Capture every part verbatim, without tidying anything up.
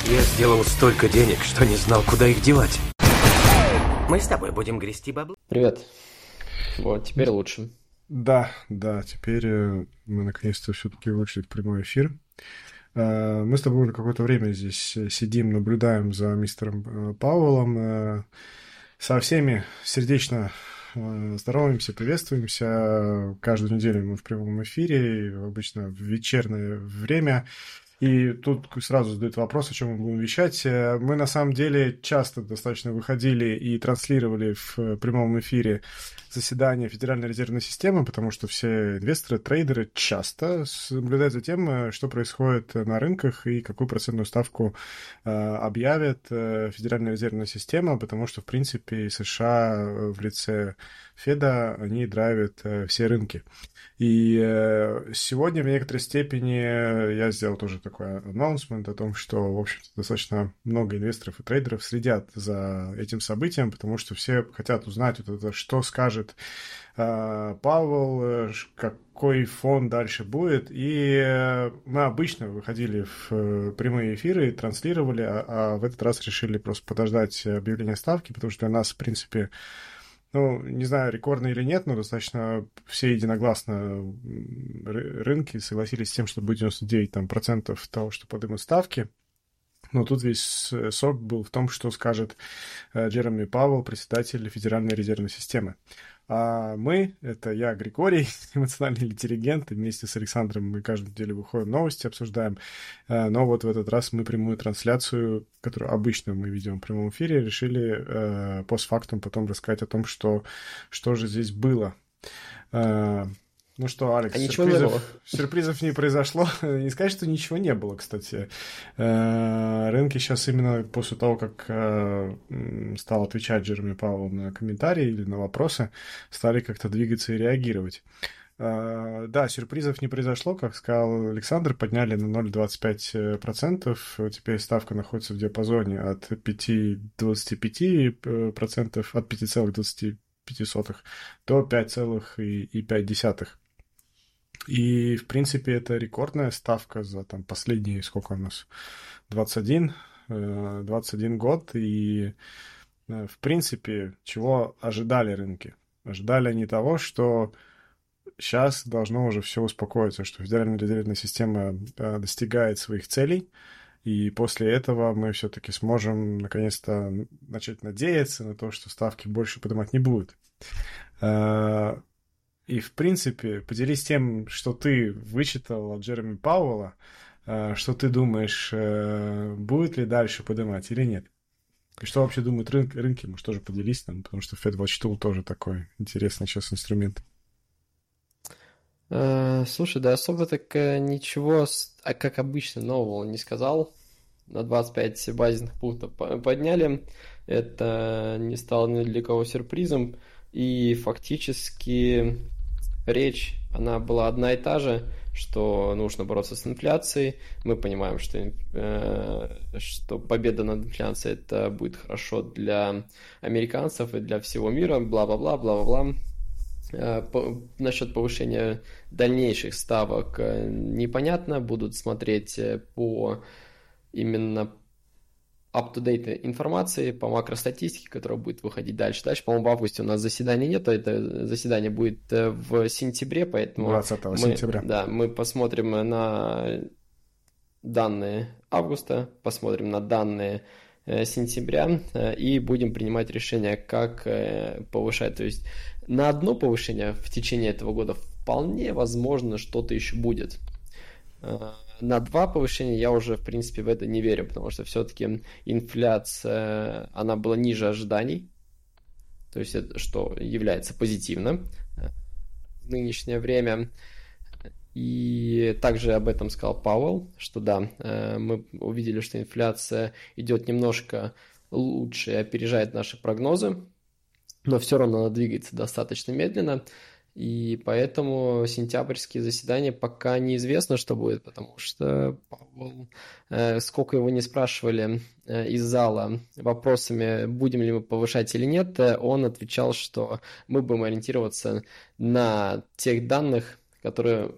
Я сделал столько денег, что не знал, куда их девать. Мы с тобой будем грести бабло. Привет. Вот, теперь лучше. Да, да, теперь э, мы наконец-то все-таки вышли в прямой эфир. Э, Мы с тобой уже какое-то время здесь э, сидим, наблюдаем за мистером э, Пауэллом. Э, Со всеми сердечно э, здороваемся, приветствуемся. Каждую неделю мы в прямом эфире, обычно в вечернее время. И тут сразу задают вопрос, о чем мы будем вещать. Э, Мы на самом деле часто достаточно выходили и транслировали в прямом эфире заседания Федеральной резервной системы, потому что все инвесторы, трейдеры часто наблюдают за тем, э, что происходит на рынках и какую процентную ставку э, объявит э, Федеральная резервная система, потому что, в принципе, США в лице Феда, они драйвят э, все рынки. И э, сегодня в некоторой степени я сделал тоже такой анонсмент о том, что, в общем-то, достаточно много инвесторов и трейдеров следят за этим событием, потому что все хотят узнать, вот это, что скажет э, Пауэлл, э, ш- какой фон дальше будет. И э, мы обычно выходили в э, прямые эфиры и транслировали, а, а в этот раз решили просто подождать объявления ставки, потому что для нас, в принципе, ну, не знаю, рекордно или нет, но достаточно все единогласно м, ры- рынки согласились с тем, что будет девяносто девять там, процентов того, что поднимут ставки. Но тут весь э, сок был в том, что скажет э, Джереми Пауэлл, председатель Федеральной резервной системы. А мы, это я, Григорий, эмоциональный интеллигент, и вместе с Александром мы каждую неделю выходим, новости обсуждаем. Э, Но вот в этот раз мы прямую трансляцию, которую обычно мы ведем в прямом эфире, решили э, постфактум потом рассказать о том, что, что же здесь было. Э, Ну что, Алекс, А ничего не было. сюрпризов, сюрпризов не произошло. Не сказать, что ничего не было, кстати. Э, Рынки сейчас именно после того, как э, м, стал отвечать Джереми Пауэлл на комментарии или на вопросы, стали как-то двигаться и реагировать. Э, Да, сюрпризов не произошло, как сказал Александр, подняли на ноль целых двадцать пять сотых процентов. Теперь ставка находится в диапазоне от пять целых двадцати пяти сотых процентов, от пяти целых двадцати пяти сотых до пяти целых пяти десятых. И, в принципе, это рекордная ставка за там последние, сколько у нас, двадцать один, э, двадцать один год. И, э, в принципе, чего ожидали рынки? Ожидали они того, что сейчас должно уже все успокоиться, что Федеральная резервная система э, достигает своих целей, и после этого мы все-таки сможем наконец-то начать надеяться на то, что ставки больше поднимать не будут. Э, И, в принципе, поделись тем, что ты вычитал от Джереми Пауэлла, э, что ты думаешь, э, будет ли дальше поднимать или нет? И что вообще думают рынки, рынки, может, тоже поделись там, потому что FedWatch Tool тоже такой интересный сейчас инструмент. Э, Слушай, да особо так э, ничего, с- а как обычно, нового он не сказал. На двадцать пять базисных пунктов по- подняли. Это не стало ни для кого сюрпризом. И фактически речь, она была одна и та же, что нужно бороться с инфляцией. Мы понимаем, что, ин- э, что победа над инфляцией это будет хорошо для американцев и для всего мира, бла-бла-бла, бла-бла-бла. Э, по- Насчет повышения дальнейших ставок э, непонятно, будут смотреть э, по именно up-to-date информации, по макростатистике, которая будет выходить дальше. Дальше, по-моему, в августе у нас заседания нет, это заседание будет э, в сентябре, поэтому двадцатого мы, сентября. да, мы посмотрим на данные августа, посмотрим на данные э, сентября э, и будем принимать решение, как э, повышать. То есть на одно повышение в течение этого года вполне возможно что-то еще будет. Э, На два повышения я уже, в принципе, в это не верю, потому что все-таки инфляция, она была ниже ожиданий, то есть это что является позитивно э, в нынешнее время. И также об этом сказал Пауэлл, что да, э, мы увидели, что инфляция идет немножко лучше и опережает наши прогнозы, но все равно она двигается достаточно медленно, и поэтому сентябрьские заседания пока неизвестно, что будет, потому что Пауэлл, э, сколько его не спрашивали э, из зала вопросами, будем ли мы повышать или нет, э, он отвечал, что мы будем ориентироваться на тех данных, которые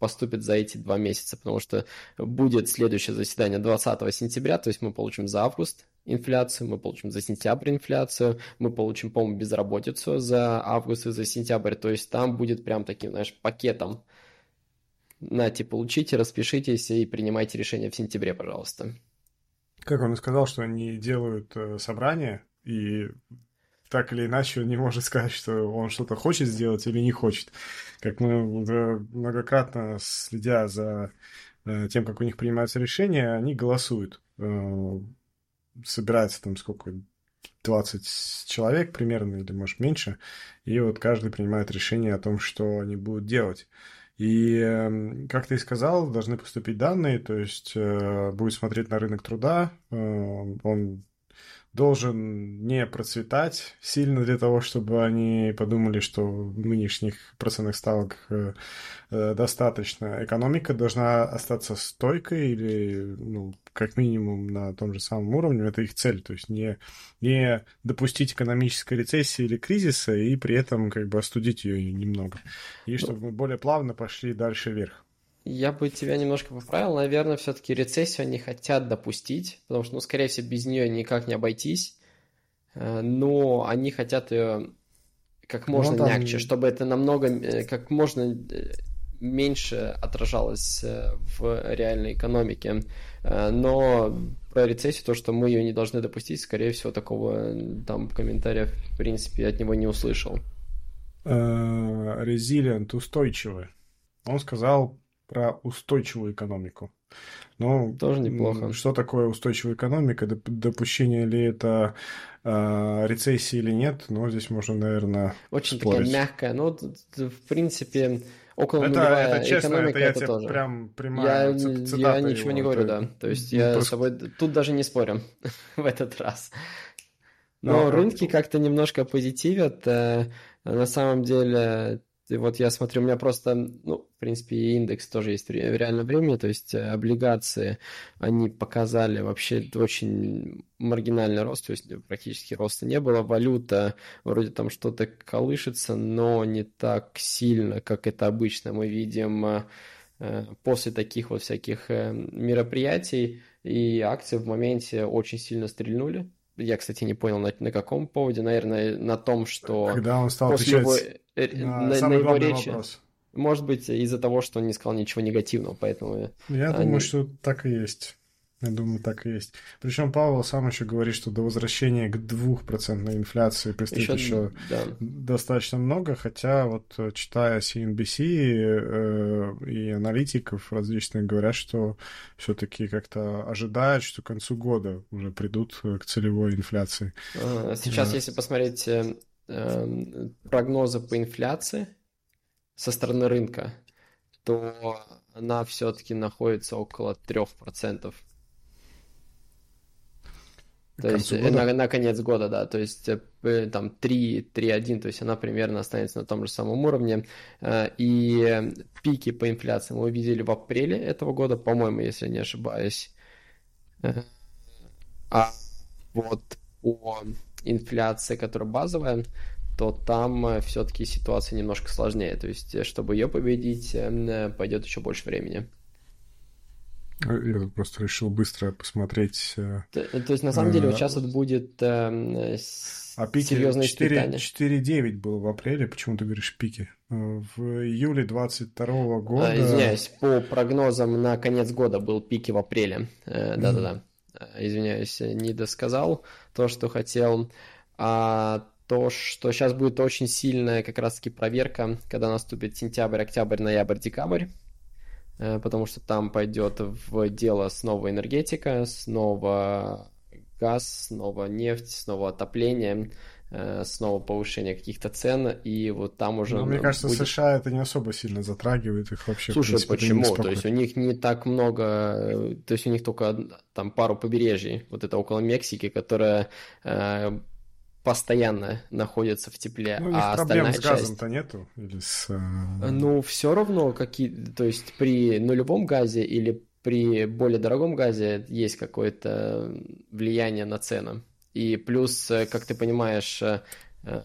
поступит за эти два месяца, потому что будет следующее заседание двадцатого сентября, то есть мы получим за август инфляцию, мы получим за сентябрь инфляцию, мы получим, по-моему, безработицу за август и за сентябрь, то есть там будет прям таким, знаешь, пакетом. Нате, получите, распишитесь и принимайте решение в сентябре, пожалуйста. Как он и сказал, что они делают э, собрание, и так или иначе он не может сказать, что он что-то хочет сделать или не хочет. Как мы уже многократно, следя за э, тем, как у них принимаются решения, они голосуют. Э, собирается там сколько, двадцать человек примерно, или может меньше, и вот каждый принимает решение о том, что они будут делать. И, э, как ты и сказал, должны поступить данные, то есть э, будет смотреть на рынок труда, э, он должен не процветать сильно для того, чтобы они подумали, что нынешних процентных ставок э, э, достаточно. Экономика должна остаться стойкой или, ну, как минимум на том же самом уровне. Это их цель. То есть не, не допустить экономической рецессии или кризиса и при этом как бы остудить ее немного. И чтобы мы более плавно пошли дальше вверх. Я бы тебя немножко поправил. Наверное, все-таки рецессию они хотят допустить, потому что, ну, скорее всего, без нее никак не обойтись. Но они хотят ее как можно ну, там... мягче, чтобы это намного, как можно меньше отражалось в реальной экономике. Но про рецессию, то, что мы ее не должны допустить, скорее всего, такого там комментария, в принципе, от него не услышал. Резилиент, устойчивый. Он сказал про устойчивую экономику. Ну, тоже неплохо. Что такое устойчивая экономика? Допущение ли это э, рецессии или нет? Ну, здесь можно, наверное, очень спорить. Такая мягкая. Ну, в принципе, около это, нулевая это честно, экономика, это, я это тебе тоже. прям прямая я, цитата я ничего его, не говорю, это... да. То есть ну, я просто... с собой тут даже не спорю в этот раз. Но, Но рынки как-то немножко позитивят. На самом деле... Вот я смотрю, у меня просто, ну, в принципе, и индекс тоже есть в реальном времени, то есть облигации, они показали вообще очень маргинальный рост, то есть практически роста не было. Валюта вроде там что-то колышется, но не так сильно, как это обычно мы видим после таких вот всяких мероприятий, и акции в моменте очень сильно стрельнули. Я, кстати, не понял, на, на каком поводе. Наверное, на том, что... Когда он стал после отвечать его, на, на, самый на его речи. Вопрос. Может быть, из-за того, что он не сказал ничего негативного, поэтому... Я они... думаю, что так и есть. Я думаю, так и есть. Причем Павел сам еще говорит, что до возвращения к двухпроцентной инфляции предстоит еще, еще да. достаточно много, хотя вот читая си эн би си э, и аналитиков различных говорят, что все-таки как-то ожидают, что к концу года уже придут к целевой инфляции. Сейчас, да. Если посмотреть э, э, прогнозы по инфляции со стороны рынка, то она все-таки находится около трех процентов. То есть на, на конец года, да, то есть там три, три один, то есть она примерно останется на том же самом уровне. И пики по инфляции мы увидели в апреле этого года, по-моему, если не ошибаюсь. А вот по инфляции, которая базовая, то там все-таки ситуация немножко сложнее. То есть, чтобы ее победить, пойдет еще больше времени. Я тут просто решил быстро посмотреть. То, то есть, на самом деле, вот сейчас вот будет э, а пики серьезное испытание. четыре девять было в апреле, почему ты говоришь пики? В июле двадцать второго года... А, извиняюсь, по прогнозам на конец года был пики в апреле. Э, да-да-да. Mm. Извиняюсь, не досказал то, что хотел. А то, что сейчас будет очень сильная как раз-таки проверка, когда наступит сентябрь, октябрь, ноябрь, декабрь. Потому что там пойдет в дело снова энергетика, снова газ, снова нефть, снова отопление, снова повышение каких-то цен, и вот там уже... Но мне кажется, будет... США это не особо сильно затрагивает их вообще. Слушай, в принципе, почему? То есть у них не так много, то есть у них только там пару побережий, вот это около Мексики, которая... постоянно находится в тепле, ну, у них а проблем остальная с газом-то часть... нету? Или с... Ну, все равно, какие... то есть при нулевом газе или при более дорогом газе есть какое-то влияние на цену. И плюс, как ты понимаешь,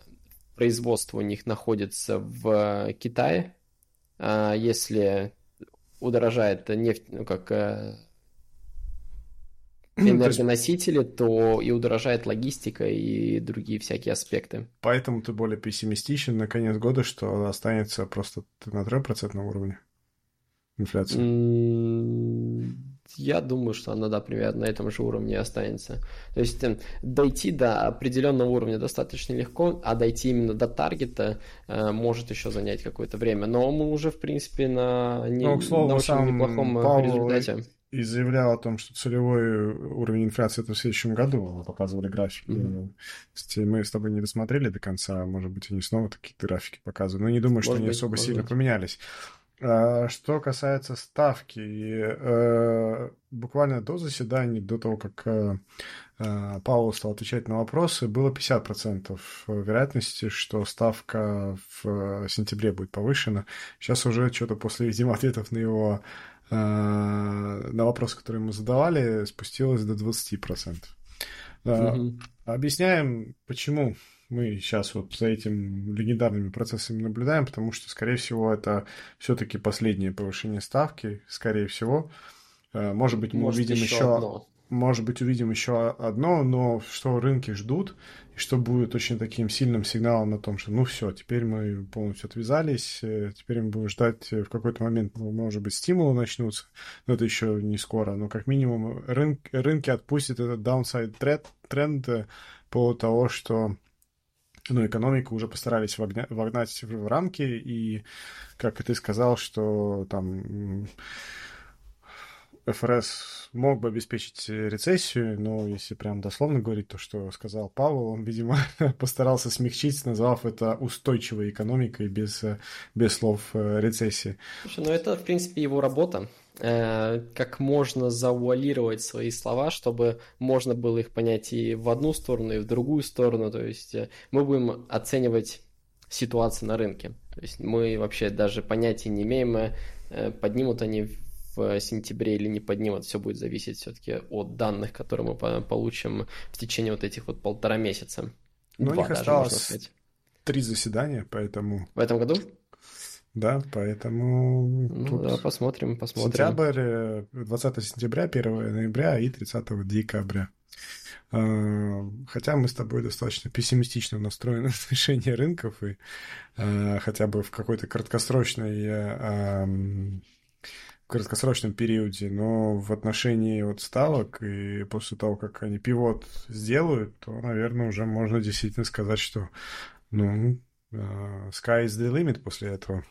производство у них находится в Китае. Если удорожает нефть, ну, как э, То есть энергоносители, то и удорожает логистика и другие всякие аспекты. поэтому ты более пессимистичен на конец года, что останется просто на трёх процентном уровне инфляция. М, Я думаю, что она, да, примерно на этом же уровне и останется. То есть э, дойти до определенного уровня достаточно легко, а дойти именно до таргета э, может еще занять какое-то время. Но мы уже, в принципе, на, не- Ну, к на слову, очень сам неплохом э, Пауэлл результате. и заявлял о том, что целевой уровень инфляции это в следующем году. Показывали графики. Мгм. Кстати, мы с тобой не досмотрели до конца. Может быть, они снова какие-то графики показывают. Но не думаю, что Может они быть, особо может сильно быть. поменялись. А, Что касается ставки, э, буквально до заседания, до того, как э, э, Пауэлл стал отвечать на вопросы, было пятьдесят процентов вероятности, что ставка в э, сентябре будет повышена. Сейчас уже что-то после, видимо, ответов на его э, на вопросы, которые мы задавали, спустилось до двадцать процентов. Э, Мгм. Объясняем, почему мы сейчас вот за этими легендарными процессами наблюдаем, потому что, скорее всего, это все-таки последнее повышение ставки, скорее всего. Э, Может быть, мы Может, увидим еще еще, одно. может быть, увидим еще одно, но что рынки ждут, и что будет очень таким сильным сигналом о том, что ну все, теперь мы полностью отвязались, э, теперь мы будем ждать э, в какой-то момент, ну, может быть, стимулы начнутся, но это еще не скоро, но как минимум рынок, рынки отпустят этот downside тренд, тренд э, по поводу того, что ну, экономику уже постарались вогня- вогнать в рамки, и, как и ты сказал, что там эф эр эс мог бы обеспечить рецессию, но если прям дословно говорить то, что сказал Павел, он, видимо, постарался смягчить, назвав это устойчивой экономикой без, без слов э, рецессии. Слушай, ну это, в принципе, его работа. Э, Как можно завуалировать свои слова, чтобы можно было их понять и в одну сторону, и в другую сторону. То есть э, мы будем оценивать ситуацию на рынке. То есть мы вообще даже понятия не имеем, э, поднимут они в сентябре или не поднимут. Все будет зависеть все-таки от данных, которые мы по- получим в течение вот этих вот полтора месяца. Но у Два них даже, можно осталось сказать. три заседания, поэтому, В этом году? да, поэтому Ну да, тут посмотрим, посмотрим. сентябрь, э, двадцатого сентября, первого ноября и тридцатого декабря. А, Хотя мы с тобой достаточно пессимистично настроены в отношении рынков, и а, хотя бы в какой-то краткосрочной, а, м, в краткосрочном периоде, но в отношении вот ставок и после того, как они пивот сделают, то, наверное, уже можно действительно сказать, что, ну, а, sky is the limit после этого.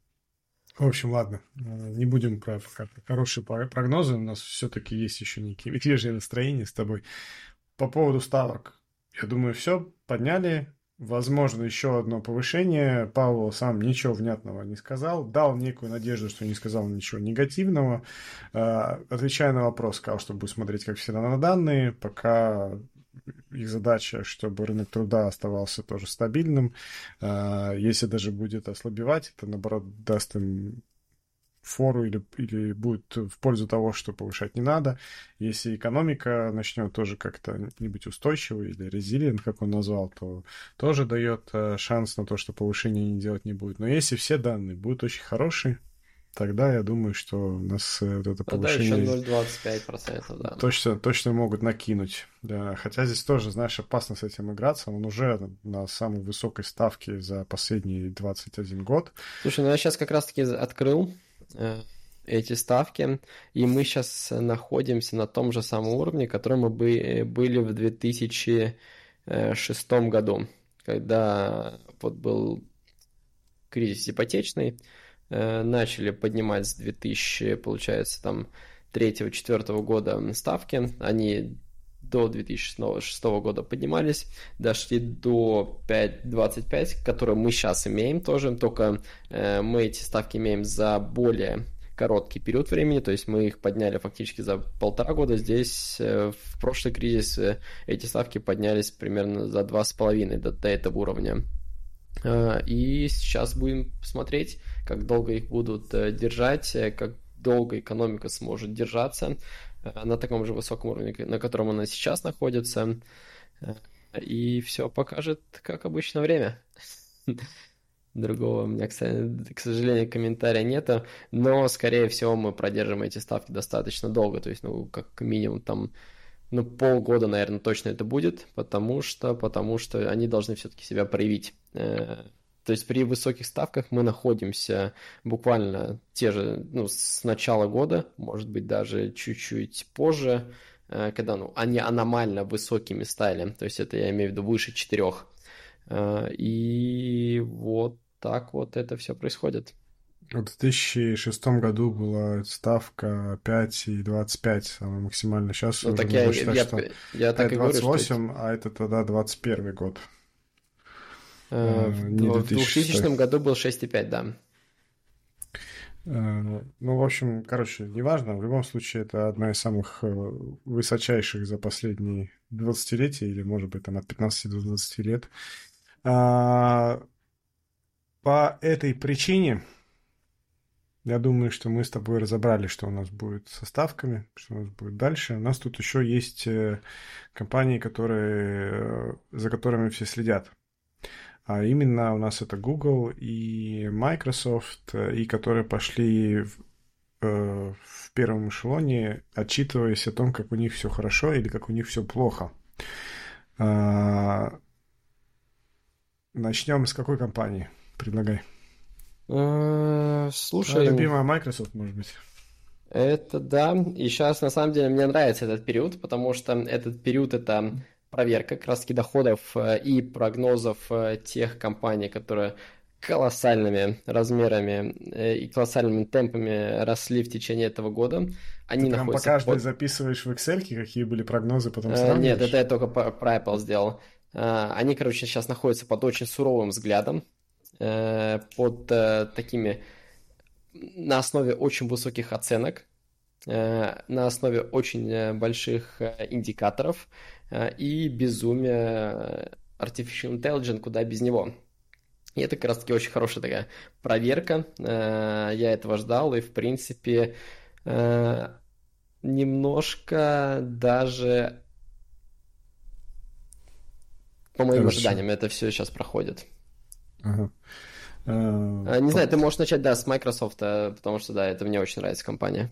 В общем, ладно, э, не будем про, про хорошие про- прогнозы, у нас все-таки есть еще некие медвежье настроение с тобой. По поводу ставок, я думаю, все подняли. Возможно, еще одно повышение. Павел сам ничего внятного не сказал. Дал некую надежду, что не сказал ничего негативного. Э, Отвечая на вопрос, сказал, что будет смотреть, как всегда, на данные. Пока их задача, чтобы рынок труда оставался тоже стабильным. Э, Если даже будет ослабевать, это, наоборот, даст им фору или, или будет в пользу того, что повышать не надо. Если экономика начнет тоже как-то не быть устойчивой или резилиент, как он назвал, то тоже дает э, шанс на то, что повышение не делать не будет. Но если все данные будут очень хорошие, тогда я думаю, что у нас э, вот это А да, еще повышение ноль целых двадцать пять сотых процента, да. точно, точно могут накинуть. Да. Хотя здесь тоже, знаешь, опасно с этим играться. Он уже на самой высокой ставке за последний двадцать один год. Слушай, ну я сейчас как раз-таки открыл э, эти ставки, и мы сейчас находимся на том же самом уровне, который мы бы, были в две тысячи шестом году, когда вот был кризис ипотечный, э, начали поднимать с две тысячи, получается, там, третьего-четвертого года ставки, они до две тысячи шестого года поднимались, дошли до пять двадцать пять, которые мы сейчас имеем тоже, только э, мы эти ставки имеем за более короткий период времени, то есть мы их подняли фактически за полтора года, здесь э, в прошлый кризис э, эти ставки поднялись примерно за два с половиной до, до этого уровня. Э, и сейчас будем смотреть, как долго их будут э, держать, э, как долго экономика сможет держаться на таком же высоком уровне, на котором она сейчас находится. И все покажет, как обычно, время. Другого у меня, кстати, к сожалению, комментария нету, но, скорее всего, мы продержим эти ставки достаточно долго, то есть, ну, как минимум там, ну, полгода, наверное, точно это будет, потому что, потому что они должны все-таки себя проявить. Э, То есть при высоких ставках мы находимся буквально те же, ну, с начала года, может быть, даже чуть-чуть позже, э, когда, ну, они аномально высокими стали, то есть это я имею в виду выше четырех. Э, И вот так вот это все происходит. В две тысячи шестом году была ставка пять и двадцать пять, самая максимальная. Сейчас Ну, уже так я, нужно считать, я, что я так это и говорю, двадцать что это, восемь, а это тогда двадцать первый год, э, в э, не дв- в две тысячи шестой. двухтысячном году был шесть и пять, да. Э, Ну, в общем, короче, неважно. В любом случае, это одна из самых э, высочайших за последние двадцатилетия, или, может быть, там от пятнадцати до двадцати лет. А, По этой причине, я думаю, что мы с тобой разобрали, что у нас будет со ставками, что у нас будет дальше. У нас тут еще есть э, компании, которые, э, за которыми все следят. А именно у нас это Google и Microsoft, э, и которые пошли в, э, в первом эшелоне, отчитываясь о том, как у них все хорошо или как у них все плохо. А, Начнем с какой компании? Предлагай. Э, Твоя Слушай, любимая Microsoft, может быть. это да, и сейчас на самом деле мне нравится этот период, потому что этот период это проверка как раз-таки доходов э, и прогнозов э, тех компаний, которые колоссальными размерами э, и колоссальными темпами росли в течение этого года. Ты Они прям по находятся каждой под... записываешь в Excel, какие были прогнозы, потом Э, Нет, это сравниваешь? я только по- про Apple сделал. Э, Они, короче, сейчас находятся под очень суровым взглядом, э, под э, такими на основе очень высоких оценок, э, на основе очень э, больших э, индикаторов э, и безумия э, Artificial Intelligence, куда без него. И это как раз-таки очень хорошая такая проверка. Э, Я этого ждал, и в принципе э, немножко даже по моим Хорошо. ожиданиям это все сейчас проходит. Ага. Э, Э, Не знаю, ты по- можешь начать, да, с Microsoft, э, потому что, да, это мне очень нравится компания.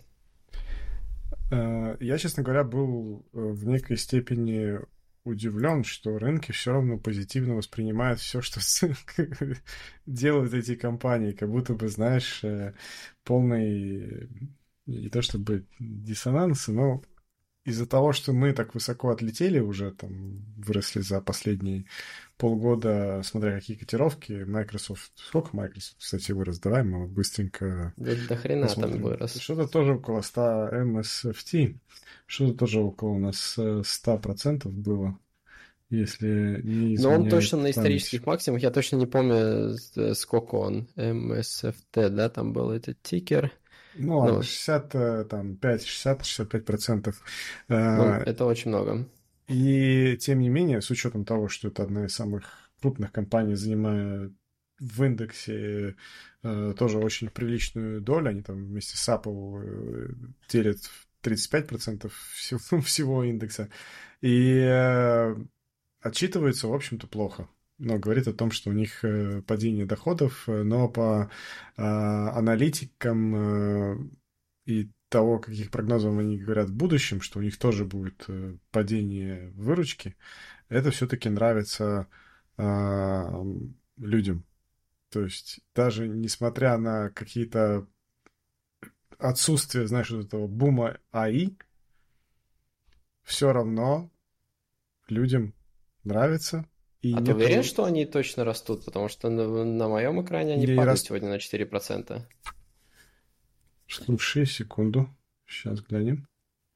э, Я, честно говоря, был э, в некой степени удивлен, что рынки все равно позитивно воспринимают все, что с- делают эти компании, как будто бы, знаешь, э, полный, не то чтобы диссонанс, но из-за того, что мы так высоко отлетели уже, там, выросли за последние полгода, смотря какие котировки, Microsoft... Сколько Microsoft, кстати, вырос? Давай мы быстренько Да до хрена там посмотрим. вырос. Что-то тоже около ста эм эс эф ти, что-то тоже около у нас э, ста процентов было, если не Но он изменяет точно на память. исторических максимумах, я точно не помню, э, сколько он, эм эс эф ти, да, там был этот тикер. Ну ладно, Ну, шестьдесят, э, там, пять, шестьдесят, шестьдесят пять процентов. ну, это очень много. И тем не менее, с учетом того, что это одна из самых крупных компаний, занимая в индексе э, тоже очень приличную долю, они там вместе с Apple э, делят тридцать пять процентов всего, всего индекса, и э, отчитывается, в общем-то, плохо. Но говорит о том, что у них э, падение доходов, э, но по э, аналитикам э, и того, каких прогнозов они говорят в будущем, что у них тоже будет э, падение выручки, это все-таки нравится э, людям. То есть даже несмотря на какие-то отсутствие, знаешь, вот этого бума эй ай, все равно людям нравится. И А ты уверен, нету... что они точно растут? Потому что на, на моем экране они Не падают рас... сегодня на четыре процента. Слушай, секунду. Сейчас глянем.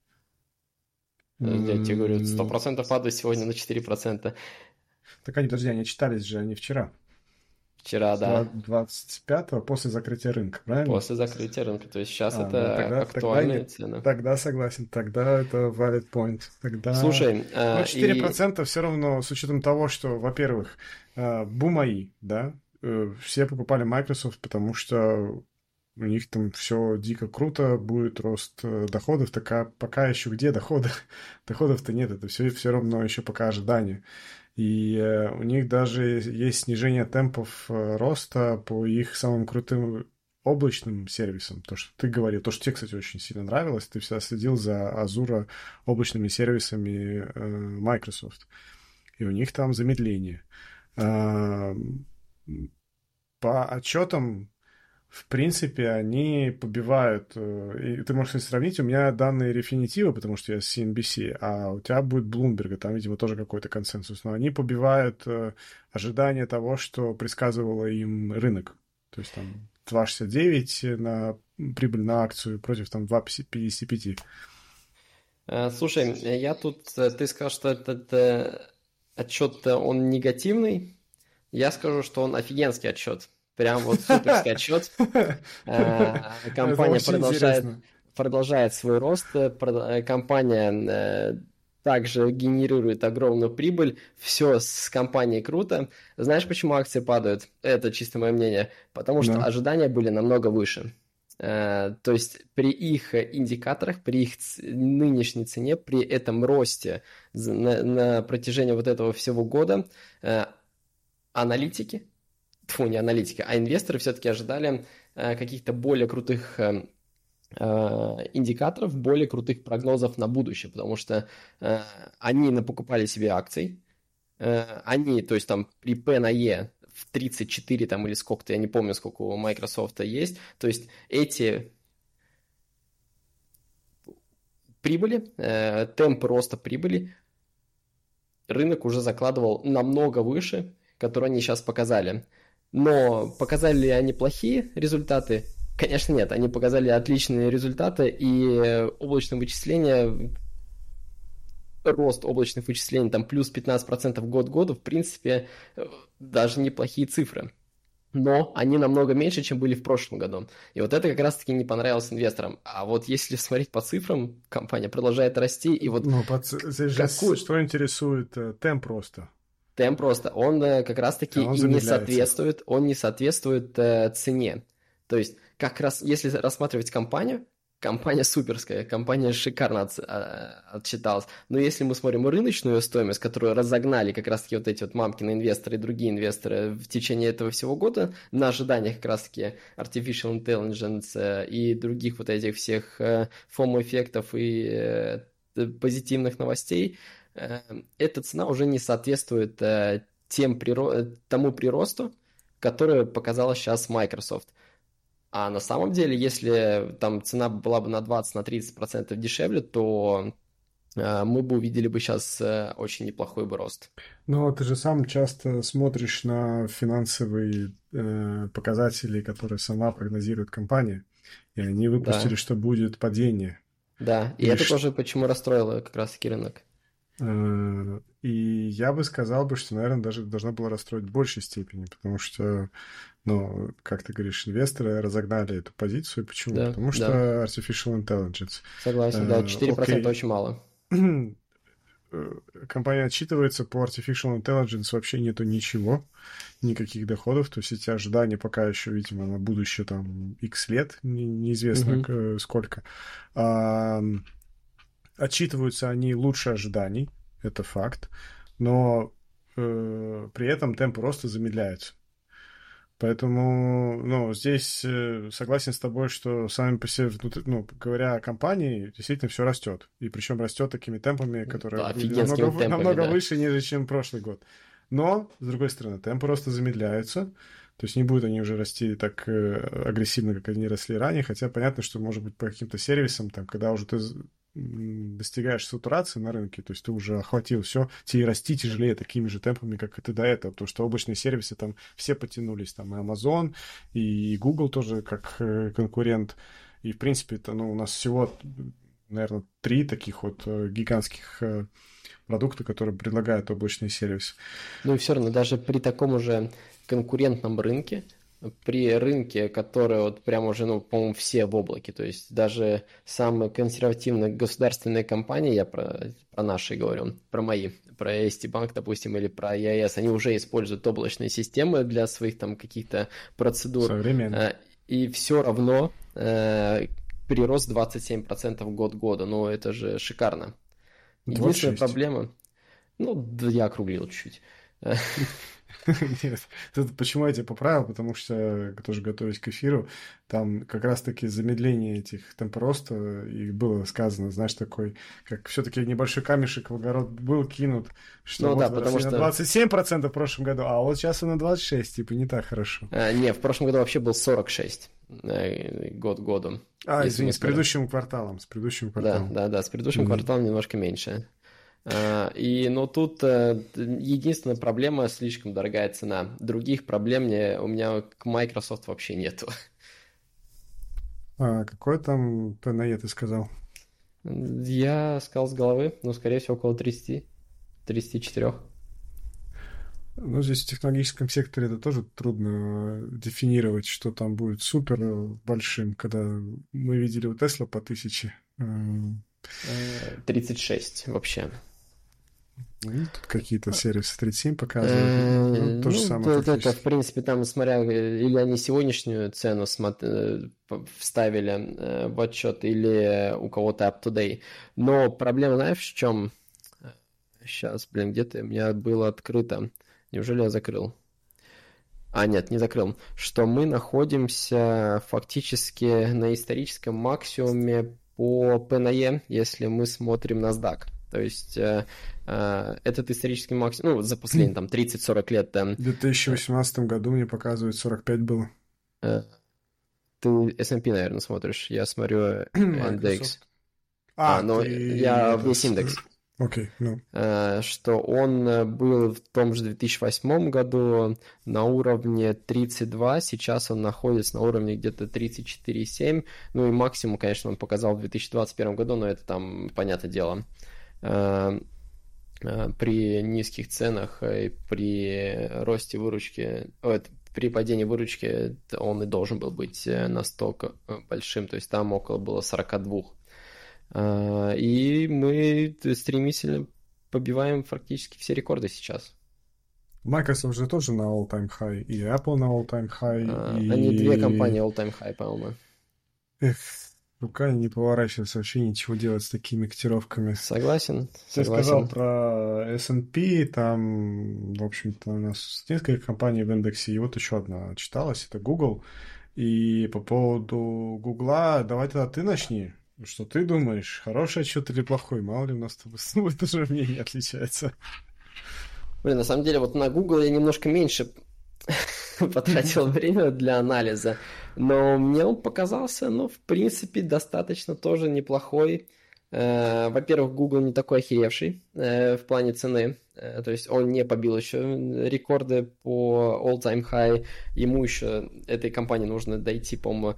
Я тебе говорю, сто М, процентов падают сегодня на четыре процента. Так они, подожди, они читались же, они вчера. Вчера, да, двадцать пятого после закрытия рынка, правильно? после закрытия рынка. То есть сейчас А, ну это тогда, тогда актуальные нет. цены. Тогда согласен. Тогда это valid point. Тогда... Слушай, Ну, а, четыре и процента все равно, с учетом того, что, во-первых, бум эй ай, да, э, все покупали Microsoft, потому что у них там все дико круто, будет рост доходов, так пока еще где доходы? Доходов-то нет, это все, все равно еще пока ожидание. И э, у них даже есть снижение темпов э, роста по их самым крутым облачным сервисам. То, что ты говорил, то, что тебе, кстати, очень сильно нравилось, ты всегда следил за Azure облачными сервисами э, Microsoft. И у них там замедление. Э, по отчетам, в принципе, они побивают, и ты можешь сравнить, у меня данные Refinitiv, потому что я с си эн би си, а у тебя будет Bloomberg, там, видимо, тоже какой-то консенсус, но они побивают ожидания того, что предсказывало им рынок. То есть там два шестьдесят девять на прибыль на акцию против там два пятьдесят пять. Слушай, я тут, ты сказал, что этот отчет, он негативный, я скажу, что он офигенский отчет. Прям вот суперский отчет. Компания продолжает, продолжает свой рост. Компания также генерирует огромную прибыль. Все с компанией круто. Знаешь, почему акции падают? Это чисто мое мнение. Потому что Да. ожидания были намного выше. То есть при их индикаторах, при их нынешней цене, при этом росте на, на протяжении вот этого всего года аналитики, Фу, не аналитики, а инвесторы все-таки ожидали э, каких-то более крутых э, э, индикаторов, более крутых прогнозов на будущее, потому что э, они напокупали себе акций, э, они, то есть там при P на E в тридцать четыре там или сколько-то, я не помню, сколько у Microsoft есть, то есть эти прибыли, э, темпы роста прибыли рынок уже закладывал намного выше, которые они сейчас показали. Но показали ли они плохие результаты? Конечно, нет. Они показали отличные результаты, и облачные вычисления, рост облачных вычислений там плюс пятнадцать процентов год к году, в принципе, даже неплохие цифры. Но они намного меньше, чем были в прошлом году. И вот это как раз-таки не понравилось инвесторам. А вот если смотреть по цифрам, компания продолжает расти, и вот... Ну, под... какую... что интересует темп роста? Темп просто, он как раз-таки он и не соответствует, он не соответствует э, цене. То есть, как раз, если рассматривать компанию, компания суперская, компания шикарно от, отчиталась. Но если мы смотрим рыночную стоимость, которую разогнали как раз-таки вот эти вот мамкины инвесторы и другие инвесторы в течение этого всего года, на ожиданиях как раз-таки Artificial Intelligence и других вот этих всех фомо-эффектов и э, позитивных новостей, эта цена уже не соответствует тем, тому приросту, который показала сейчас Microsoft. А на самом деле, если там цена была бы на двадцать-тридцать процентов дешевле, то мы бы увидели бы сейчас очень неплохой бы рост. Но ты же сам часто смотришь на финансовые э, показатели, которые сама прогнозирует компания, и они выпустили, да. что будет падение. Да, и, и это ш... тоже почему расстроило как раз-таки рынок. И я бы сказал бы, что, наверное, даже должна была расстроить в большей степени, потому что, ну, как ты говоришь, инвесторы разогнали эту позицию. Почему? Да, потому что да. Artificial Intelligence. Согласен, да, четыре процента очень мало. Компания отчитывается, по Artificial Intelligence вообще нету ничего, никаких доходов, то есть эти ожидания пока еще, видимо, на будущее там X лет, не, неизвестно mm-hmm. сколько. А, отчитываются они лучше ожиданий, это факт, но э, при этом темпы роста замедляются. Поэтому, ну, здесь э, согласен с тобой, что сами по себе, ну, говоря о компании, действительно все растет. И причем растет такими темпами, которые да, намного, темпами, намного да. выше, ниже, чем прошлый год. Но, с другой стороны, темпы роста замедляются. То есть не будут они уже расти так э, агрессивно, как они росли ранее. Хотя понятно, что, может быть, по каким-то сервисам, там, когда уже ты достигаешь сатурации на рынке, то есть ты уже охватил все, тебе расти тяжелее такими же темпами, как и ты до этого, потому что облачные сервисы там все потянулись, там и Amazon, и Google тоже как конкурент, и в принципе это, ну, у нас всего, наверное, три таких вот гигантских продукта, которые предлагают облачные сервисы. Ну и все равно даже при таком уже конкурентном рынке, при рынке, который вот прям уже, ну, по-моему, все в облаке, то есть даже самые консервативные государственные компании, я про, про наши говорю, про мои, про эс ти банк, допустим, или про и эй эс, они уже используют облачные системы для своих там каких-то процедур. Современные. и все равно э, прирост двадцать семь процентов год к году. Ну, это же шикарно. Единственная проблема... Ну, да, я округлил чуть-чуть. Нет, тут почему я тебя поправил, потому что, тоже готовясь к эфиру, там как раз-таки замедление этих темпороста, и было сказано, знаешь, такой, как все-таки небольшой камешек в огород был кинут, что ну, вот да, потому что... на двадцать семь процентов в прошлом году, а вот сейчас он на двадцать шесть, типа не так хорошо. А, не, в прошлом году вообще был сорок шесть год к году. А, извини, с предыдущим кварталом, с предыдущим кварталом. Да, да, да, с предыдущим mm-hmm. кварталом немножко меньше. И, ну, тут единственная проблема — слишком дорогая цена. Других проблем мне, у меня к Microsoft вообще нету. А какой там пэ эн и ты сказал? Я сказал с головы, ну, скорее всего, около тридцать, тридцать четыре. Ну, здесь в технологическом секторе это тоже трудно дефинировать, что там будет супер большим, когда мы видели у Tesla по тысяче. тридцать шесть вообще. Ну, тут какие-то сервисы тридцать семь показывают. Ну, то же самое. Это, в принципе, там, смотря, или они сегодняшнюю цену вставили в отчет, или у кого-то up-to-date. Но проблема, знаешь, в чем? Сейчас, блин, где-то у меня было открыто. Неужели я закрыл? А, нет, не закрыл. Что мы находимся фактически на историческом максимуме по пэ эн и, если мы смотрим NASDAQ. То есть э, э, этот исторический максимум, ну, за последние там тридцать-сорок лет... Э, в две тысячи восемнадцатом году мне показывают сорок пять было. Э, ты эс энд пи, наверное, смотришь. Я смотрю индекс. А, а, ну, ты... я весь индекс. Окей, okay, ну. No. Что он был в том же две тысячи восьмом году на уровне тридцать два, сейчас он находится на уровне где-то тридцать четыре целых семь. Ну и максимум, конечно, он показал в две тысячи двадцать первом году, но это там, понятное дело, при низких ценах и при росте выручки, при падении выручки он и должен был быть настолько большим, то есть там около было сорок два. И мы стремительно побиваем практически все рекорды сейчас. Microsoft же тоже на all-time high, и Apple на all-time high. А, и... Они две компании all-time high, по-моему. Эх, рука не поворачивается вообще ничего делать с такими котировками. Согласен, Ты согласен. сказал про эс энд пи, там, в общем-то, у нас несколько компаний в индексе, и вот еще одна читалась, это Google. И по поводу Гугла, давай тогда ты начни. Что ты думаешь, хороший отчет или плохой? Мало ли у нас с тобой тоже мнение отличается. Блин, на самом деле, вот на Google я немножко меньше потратил время для анализа, но мне он показался, ну, в принципе, достаточно тоже неплохой. Во-первых, Google не такой охеревший в плане цены, то есть он не побил еще рекорды по all-time high, ему еще, этой компании нужно дойти, по-моему,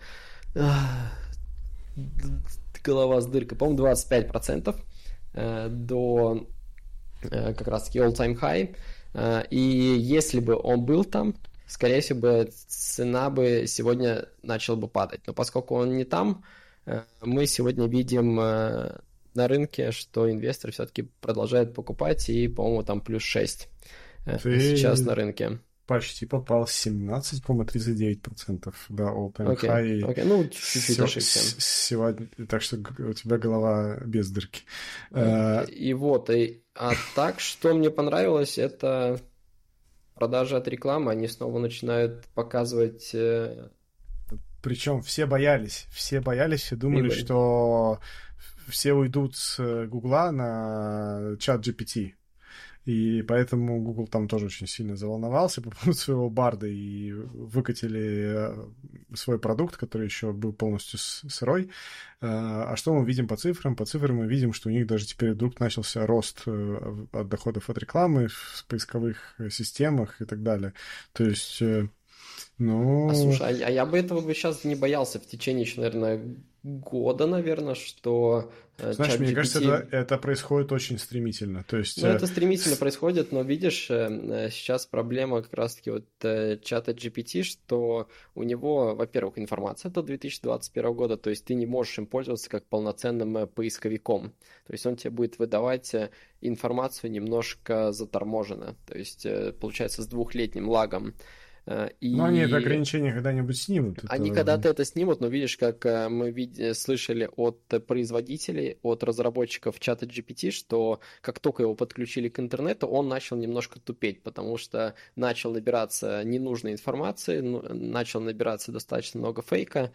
голова с дыркой, по-моему, двадцать пять процентов до как раз-таки all-time high. И если бы он был там, скорее всего, бы цена бы сегодня начала бы падать. Но поскольку он не там, мы сегодня видим на рынке, что инвесторы все-таки продолжают покупать, и, по-моему, там плюс шесть Ты... сейчас на рынке. Почти попал, семнадцать, по-моему, тридцать девять процентов, да, all-time okay, high. Okay. Ну, чуть-чуть ошибся. Сегодня, так что у тебя голова без дырки. И, uh... и вот, и, а так, что мне понравилось, это продажи от рекламы, они снова начинают показывать... Причем все боялись, все боялись, все думали, прибыль. Что все уйдут с Гугла на чат джи пи ти. И поэтому Google там тоже очень сильно заволновался по поводу своего барда и выкатили свой продукт, который еще был полностью сырой. А что мы видим по цифрам? По цифрам мы видим, что у них даже теперь вдруг начался рост от доходов от рекламы в поисковых системах и так далее. То есть... Ну... А слушай, а я бы этого бы сейчас не боялся в течение еще, наверное, года, наверное, что... Знаешь, мне кажется, это, это происходит очень стремительно. То есть... Ну, это стремительно происходит, но видишь, сейчас проблема как раз-таки вот чата джи пи ти, что у него, во-первых, информация до две тысячи двадцать первого года, то есть ты не можешь им пользоваться как полноценным поисковиком. То есть он тебе будет выдавать информацию немножко заторможенно, то есть получается с двухлетним лагом. И... Но они это ограничение когда-нибудь снимут. Они это... когда-то это снимут, но видишь, как мы вид... слышали от производителей, от разработчиков чата джи пи ти, что как только его подключили к интернету, он начал немножко тупеть, потому что начал набираться ненужной информации, начал набираться достаточно много фейка,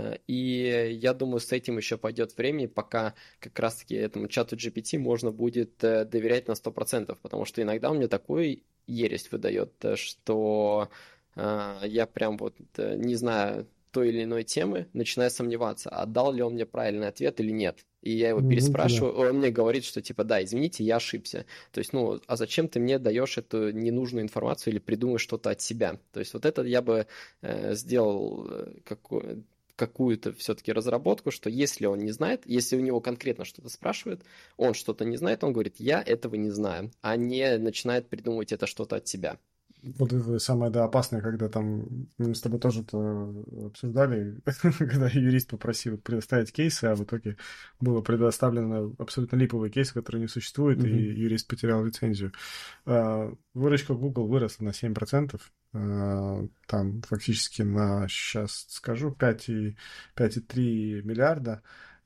и я думаю, с этим еще пойдет время, пока как раз-таки этому чату джи пи ти можно будет доверять на сто процентов, потому что иногда он мне такой ересь выдает, что я прям вот не знаю той или иной темы, начинаю сомневаться, а дал ли он мне правильный ответ или нет. И я его переспрашиваю, он мне говорит, что типа, да, извините, я ошибся. То есть, ну, а зачем ты мне даешь эту ненужную информацию или придумаешь что-то от себя? То есть, вот это я бы э, сделал какую- какую-то все-таки разработку, что если он не знает, если у него конкретно что-то спрашивают, он что-то не знает, он говорит, я этого не знаю, а не начинает придумывать это что-то от себя. Вот это самое, да, опасное, когда там мы с тобой тоже это обсуждали, когда юрист попросил предоставить кейсы, а в итоге было предоставлено абсолютно липовый кейс, который не существует, mm-hmm. и юрист потерял лицензию. Выручка Google выросла на семь процентов, там фактически на, сейчас скажу, пять целых три миллиарда,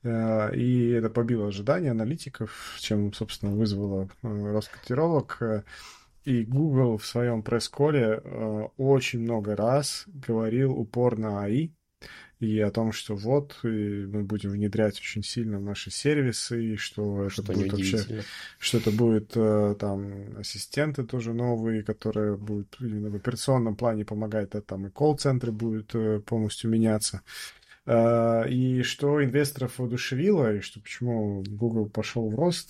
и это побило ожидания аналитиков, чем, собственно, вызвало рост котировок. И Google в своем пресс-коле э, очень много раз говорил упор на эй ай и о том, что вот и мы будем внедрять очень сильно в наши сервисы, и что, что это будет вообще, что это будет э, там ассистенты тоже новые, которые будут именно в операционном плане помогать, а там и колл-центры будут э, полностью меняться. И что инвесторов воодушевило, и что почему Google пошел в рост,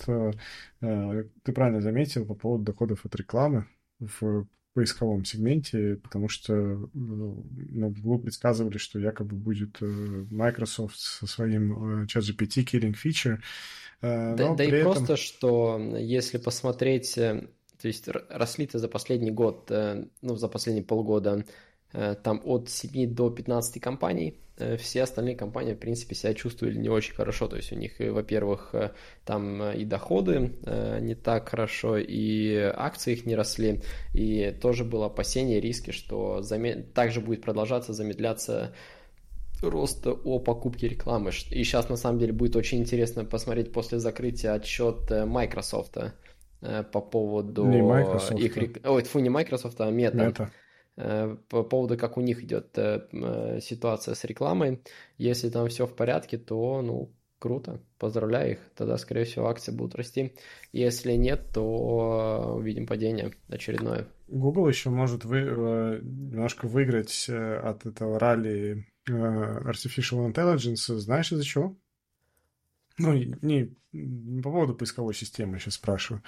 ты правильно заметил по поводу доходов от рекламы в поисковом сегменте, потому что ну, Google предсказывали, что якобы будет Microsoft со своим ChatGPT killing feature. Да, да и этом... просто, что если посмотреть, то есть росли-то за последний год, ну, за последние полгода, там от семи до пятнадцати компаний, все остальные компании, в принципе, себя чувствовали не очень хорошо, то есть у них, во-первых, там и доходы не так хорошо, и акции их не росли, и тоже было опасение, риски, что замед... также будет продолжаться замедляться рост о покупке рекламы. И сейчас, на самом деле, будет очень интересно посмотреть после закрытия отчет Microsoft по поводу не Microsoft. их... Ой, фу, не Microsoft, а Meta. Meta. По поводу, как у них идет ситуация с рекламой. Если там все в порядке, то, ну, круто, поздравляю их, тогда, скорее всего, акции будут расти. Если нет, то увидим падение очередное. Google еще может вы, немножко выиграть от этого ралли Artificial Intelligence, знаешь из-за чего? Ну, не, не по поводу поисковой системы, сейчас спрашиваю.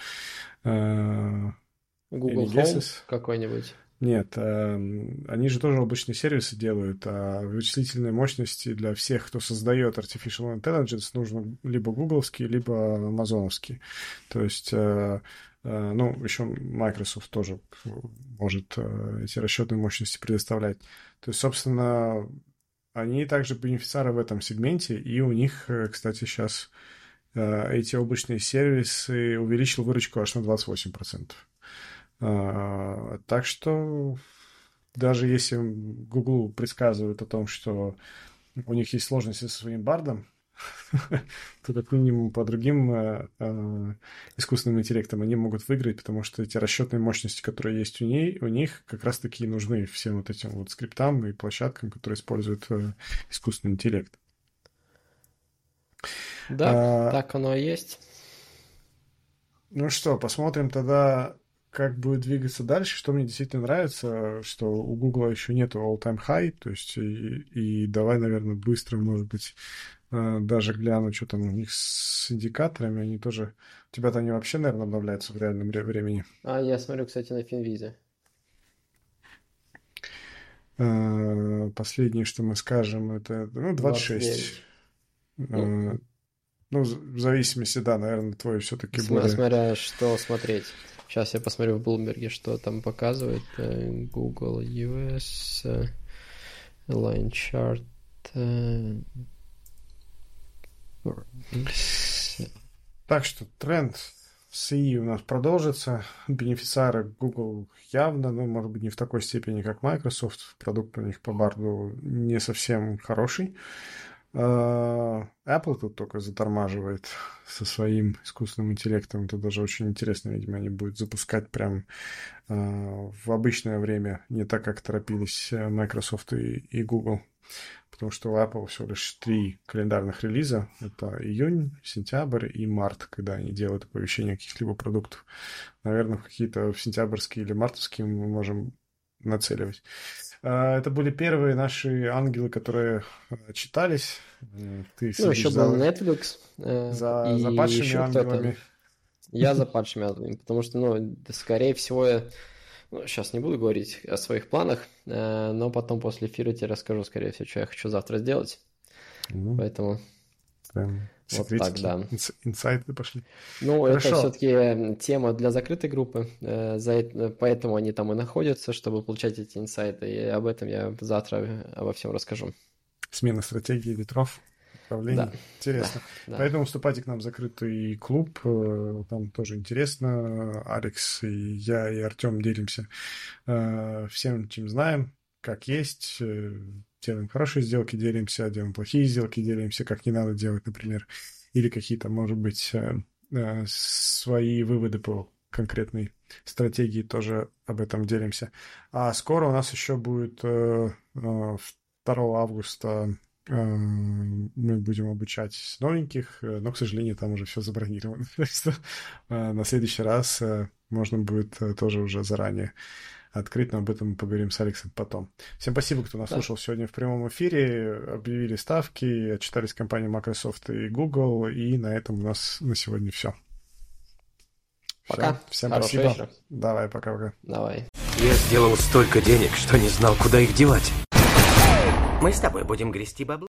Google Home какой-нибудь? Нет, они же тоже обычные сервисы делают, а вычислительные мощности для всех, кто создает Artificial Intelligence, нужно либо гугловские, либо амазоновские. То есть, ну, еще Microsoft тоже может эти расчетные мощности предоставлять. То есть, собственно, они также бенефициары в этом сегменте, и у них, кстати, сейчас эти обычные сервисы увеличил выручку аж на двадцать восемь процентов. А, так что даже если Google предсказывает о том, что у них есть сложности со своим бардом, то как минимум по другим э, э, искусственным интеллектам они могут выиграть, потому что эти расчетные мощности, которые есть у, ней, у них, как раз-таки нужны всем вот этим вот скриптам и площадкам, которые используют э, искусственный интеллект. Да, а, так оно и есть. Ну что, посмотрим тогда, как будет двигаться дальше. Что мне действительно нравится, что у Google еще нету all-time high, то есть и, и давай, наверное, быстро, может быть, даже гляну, что там у них с индикаторами, они тоже... У тебя-то они вообще, наверное, обновляются в реальном времени. А, я смотрю, кстати, на Финвизе. Последнее, что мы скажем, это ну, двадцать шесть. Ну, ну, в зависимости, да, наверное, твой все-таки Смотря, более... Смотря что смотреть. Сейчас я посмотрю в Bloomberg, что там показывает. Google ю эс, Line Chart. Так что тренд с ИИ у нас продолжится. Бенефициары Google явно, но, может быть, не в такой степени, как Microsoft. Продукт у них по барду не совсем хороший. Apple тут только затормаживает со своим искусственным интеллектом. Это даже очень интересно, видимо, они будут запускать прям в обычное время, не так, как торопились Microsoft и, и Google. Потому что у Apple всего лишь три календарных релиза. Это июнь, сентябрь и март, когда они делают оповещение каких-либо продуктов. Наверное, в какие-то в сентябрьские или мартовские мы можем нацеливать. Это были первые наши ангелы, которые читались. Ты ну, еще за... был Netflix. Э, за, и за падшими еще ангелами. Я за падшими ангелами, потому что, ну, скорее всего, я ну, сейчас не буду говорить о своих планах, э, но потом после эфира тебе расскажу, скорее всего, что я хочу завтра сделать. Mm-hmm. Поэтому Прям вот так, да. Инс- инсайты пошли. Ну, Хорошо. Это все-таки тема для закрытой группы, э, за это, поэтому они там и находятся, чтобы получать эти инсайты, и об этом я завтра обо всем расскажу. Смена стратегии ветров. Да. Интересно. Да, Поэтому да. Вступайте к нам в закрытый клуб. Там тоже интересно. Алекс и я, и Артем делимся всем, чем знаем, как есть. Делаем хорошие сделки, делимся, делаем плохие сделки, делимся, как не надо делать, например. Или какие-то, может быть, свои выводы по конкретной стратегии тоже об этом делимся. А скоро у нас еще будет второго августа мы будем обучать новеньких, но, к сожалению, там уже все забронировано. Так что на следующий раз можно будет тоже уже заранее открыть, но об этом мы поговорим с Алексом потом. Всем спасибо, кто нас да. слушал сегодня в прямом эфире. Объявили ставки, отчитались компании Microsoft и Google, и на этом у нас на сегодня все. Пока. Все. Всем Хорошего спасибо. вечера. Давай, пока-пока. Давай. Я сделал столько денег, что не знал, куда их девать. Мы с тобой будем грести бабло.